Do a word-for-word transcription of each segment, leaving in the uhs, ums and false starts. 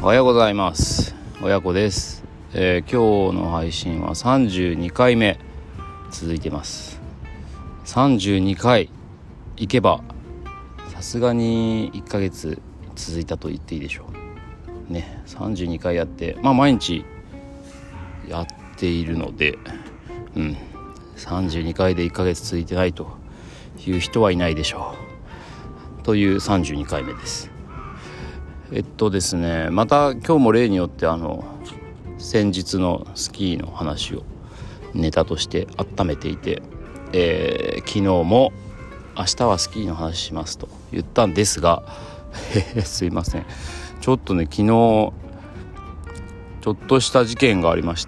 おはようございます。親子です、えー、今日の配信はさんじゅうにかいめ続いてます。さんじゅうにかいいけばさすがにいっかげつ続いたと言っていいでしょうね。さんじゅうにかいやって、まあ毎日やっているので、うんさんじゅうにかいでいっかげつ続いてないという人はいないでしょうというさんじゅうにかいめです。えっとですねまた今日も例によってあの先日のスキーの話をネタとして温めていて、えー、昨日も明日はスキーの話しますと言ったんですがすいませんちょっとね昨日ちょっとした事件がありまして、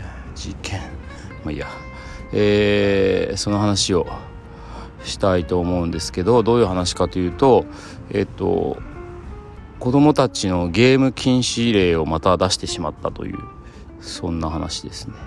事件まあいいや、えー、その話をしたいと思うんですけど、どういう話かというと、えっと子供たちのゲーム禁止令をまた出してしまったという、そんな話ですね。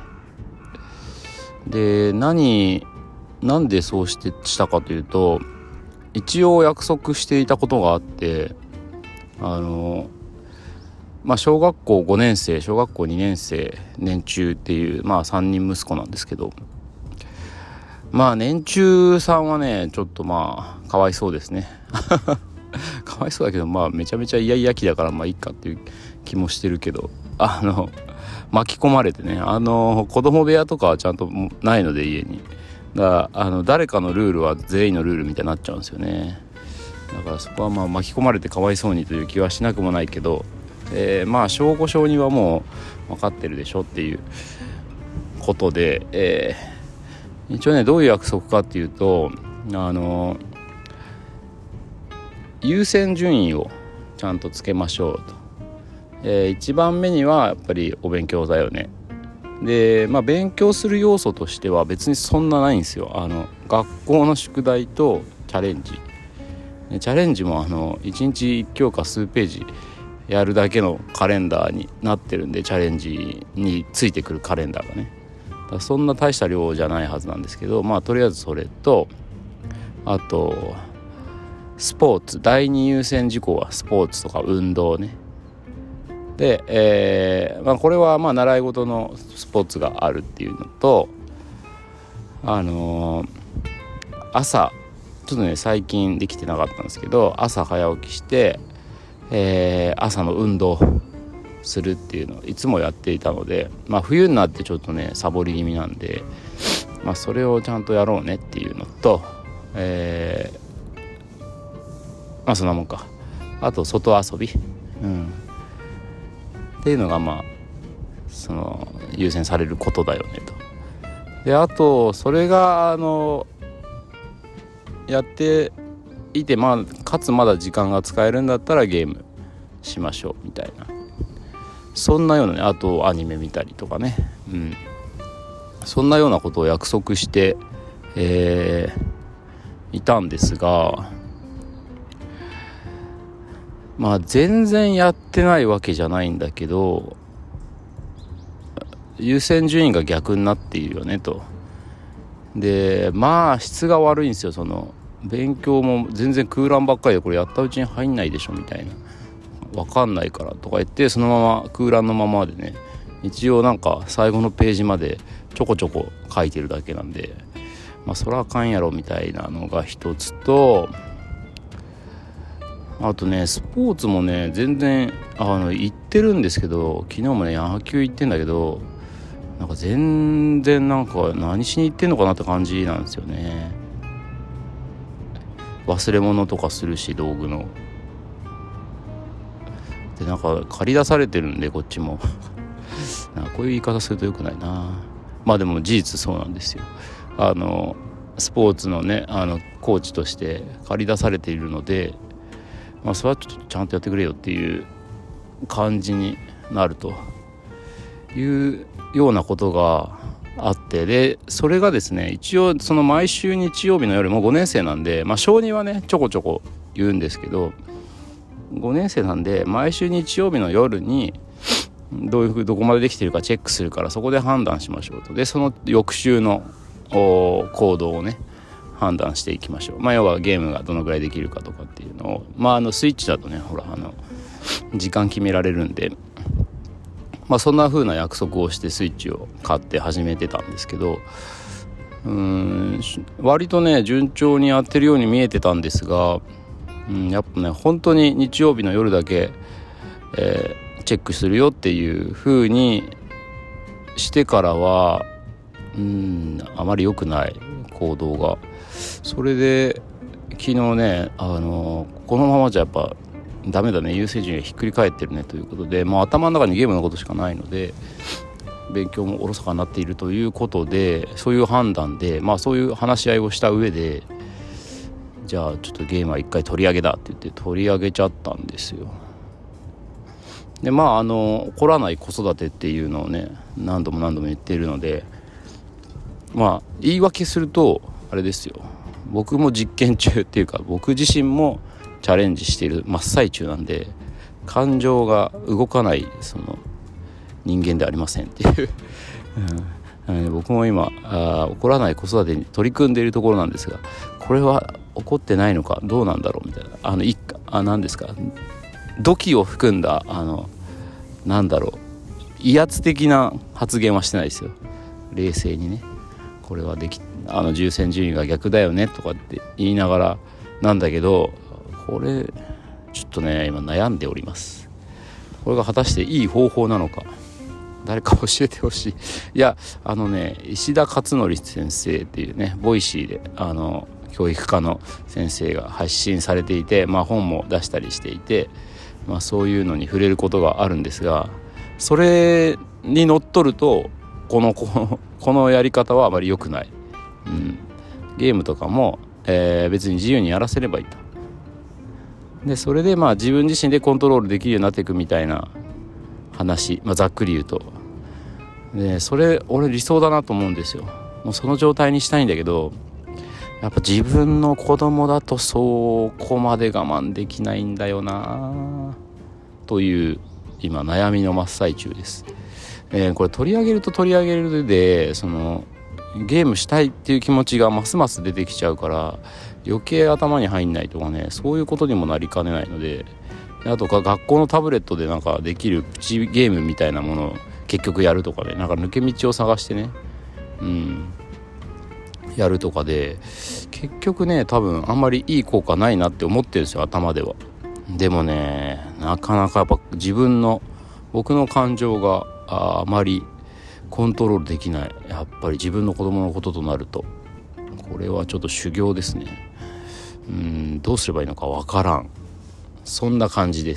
で、何なんでそうしてしたかというと、一応約束していたことがあって、あのまあ小学校ごねん生、小学校にねん生、年中っていうまあさんにん息子なんですけど、まあ年中さんはねちょっとまあかわいそうですねかわいそうだけど、まあめちゃめちゃイヤイヤ期だからまあいいかっていう気もしてるけど、あの巻き込まれてね、あの子供部屋とかはちゃんとないので家に、だからあの誰かのルールは全員のルールみたいになっちゃうんですよね。だからそこはまあ巻き込まれてかわいそうにという気はしなくもないけど、えー、まあ小ご小にはもう分かってるでしょっていうことで、えー、一応ねどういう約束かっていうと、あの優先順位をちゃんとつけましょうと、えー、いちばんめにはやっぱりお勉強だよね。で、まあ勉強する要素としては別にそんなないんですよ。あの学校の宿題とチャレンジ、チャレンジもあのいちにちいち教科数ページやるだけのカレンダーになってるんで、チャレンジについてくるカレンダーがね、だからそんな大した量じゃないはずなんですけど、まあとりあえずそれと、あとスポーツ、第二優先事項はスポーツとか運動ね。で、えーまあ、これはまあ習い事のスポーツがあるっていうのと、あのー、朝ちょっとね最近できてなかったんですけど、朝早起きして、えー、朝の運動するっていうのをいつもやっていたので、まあ冬になってちょっとねサボり気味なんで、まあそれをちゃんとやろうねっていうのと、えーまあそんなもんか。あと外遊び、うん、っていうのがまあその優先されることだよねと。であとそれがあのやっていて、まあかつまだ時間が使えるんだったらゲームしましょうみたいな、そんなようなね、あとアニメ見たりとかね、うん、そんなようなことを約束して、えー、いたんですが、まあ全然やってないわけじゃないんだけど、優先順位が逆になっているよねと。でまあ質が悪いんですよ。その勉強も全然空欄ばっかりで、これやったうちに入んないでしょみたいな、わかんないからとか言って、そのまま空欄のままでね、一応なんか最後のページまでちょこちょこ書いてるだけなんで、まあそらあかんやろみたいなのが一つと、あとねスポーツもね全然あの行ってるんですけど、昨日もね野球行ってんだけど、なんか全然なんか何しに行ってんのかなって感じなんですよね。忘れ物とかするし、道具のでなんか借り出されてるんでこっちもなんかこういう言い方するとよくないな。まあでも事実そうなんですよ。あのスポーツのねあのコーチとして借り出されているので、まあ、それはちょっとちゃんとやってくれよっていう感じになるというようなことがあって、でそれがですね一応その毎週日曜日の夜もごねん生なんで、まあ小にはねちょこちょこ言うんですけど、ごねん生なんで毎週日曜日の夜にどういうふうどこまでできてるかチェックするから、そこで判断しましょうと。でその翌週の行動をね判断していきましょう。まあ要はゲームがどのくらいできるかとかっていうのを、まああのスイッチだとねほらあの時間決められるんで、まあそんな風な約束をしてスイッチを買って始めてたんですけど、うーん割とね順調にやってるように見えてたんですが、うん、やっぱね本当に日曜日の夜だけ、えー、チェックするよっていう風にしてからはうんあまり良くない行動が、それで昨日ねあのこのままじゃやっぱダメだね、優先順位がひっくり返ってるねということで、まあ、頭の中にゲームのことしかないので勉強もおろそかになっているということで、そういう判断で、まあ、そういう話し合いをした上で、じゃあちょっとゲームは一回取り上げだって言って取り上げちゃったんですよ。でまああの怒らない子育てっていうのをね何度も何度も言っているので、まあ言い訳するとあれですよ、僕も実験中っていうか僕自身もチャレンジしている真っ最中なんで、感情が動かないその人間ではありませんっていう、うん、僕も今あ怒らない子育てに取り組んでいるところなんですが、これは怒ってないのかどうなんだろうみたいな、あの一あ何ですか土器を含んだあのなんだろう威圧的な発言はしてないですよ。冷静にね、これはできあの優先順位が逆だよねとかって言いながらなんだけど、これちょっとね今悩んでおります。これが果たしていい方法なのか誰か教えてほしい。いやあのね石田勝則先生っていうねボイシーであの教育科の先生が発信されていて、まあ、本も出したりしていて、まあ、そういうのに触れることがあるんですが、それにのっとるとこのこのこのやり方はあまり良くない、うん、ゲームとかも、えー、別に自由にやらせればいいと。でそれでまあ自分自身でコントロールできるようになっていくみたいな話、まあ、ざっくり言うとで、それ俺理想だなと思うんですよ。もうその状態にしたいんだけど、やっぱ自分の子供だとそこまで我慢できないんだよなという今悩みの真っ最中です。えー、これ取り上げると取り上げるでそのゲームしたいっていう気持ちがますます出てきちゃうから余計頭に入んないとかね、そういうことにもなりかねないので、あとか学校のタブレットでなんかできるプチゲームみたいなものを結局やるとかね、なんか抜け道を探してね、うんやるとかで結局ね多分あんまりいい効果ないなって思ってるんですよ頭では。でもねなかなかやっぱ自分の僕の感情が あ, あまりコントロールできない、やっぱり自分の子供のこととなるとこれはちょっと修行ですね。うんどうすればいいのかわからん、そんな感じです。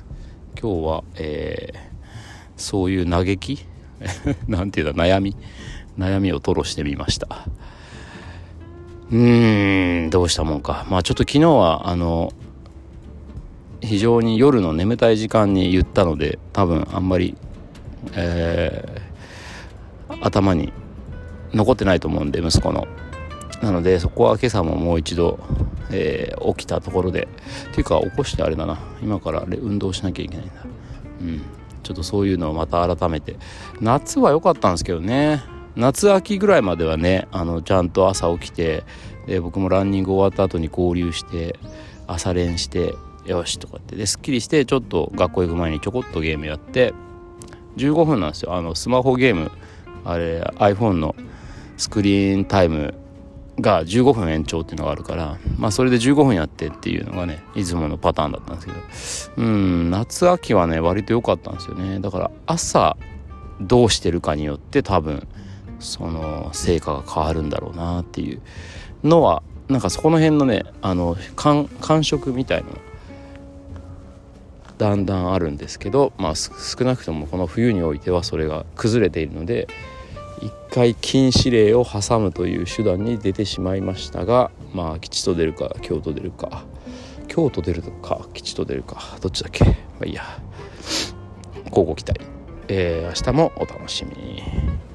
今日は、えー、そういう嘆きなんていうの悩み悩みを吐露してみました。うーんどうしたもんか。まあちょっと昨日はあの非常に夜の眠たい時間に言ったので多分あんまり、えー、頭に残ってないと思うんで息子のなのでそこは今朝ももう一度、えー、起きたところでっていうか起こしてあれだな今から運動しなきゃいけないんだ、うん、ちょっとそういうのをまた改めて。夏は良かったんですけどね、夏秋ぐらいまではねあのちゃんと朝起きてで僕もランニング終わった後に合流して朝練してよしとかってですっきりしてちょっと学校行く前にちょこっとゲームやってじゅうごふんなんですよ。あのスマホゲームあれ iPhone のスクリーンタイムがじゅうごふん延長っていうのがあるから、まあそれでじゅうごふんやってっていうのがねいつものパターンだったんですけど、うん夏秋はね割と良かったんですよね。だから朝どうしてるかによって多分その成果が変わるんだろうなっていうのはなんかそこの辺のねあの感感触みたいなのだんだんあるんですけど、まあ少なくともこの冬においてはそれが崩れているので一回禁止令を挟むという手段に出てしまいましたが、まあ吉と出るか京と出るか京と出るか吉と出るかどっちだっけ、まあいいや、交互期待、えー、明日もお楽しみに。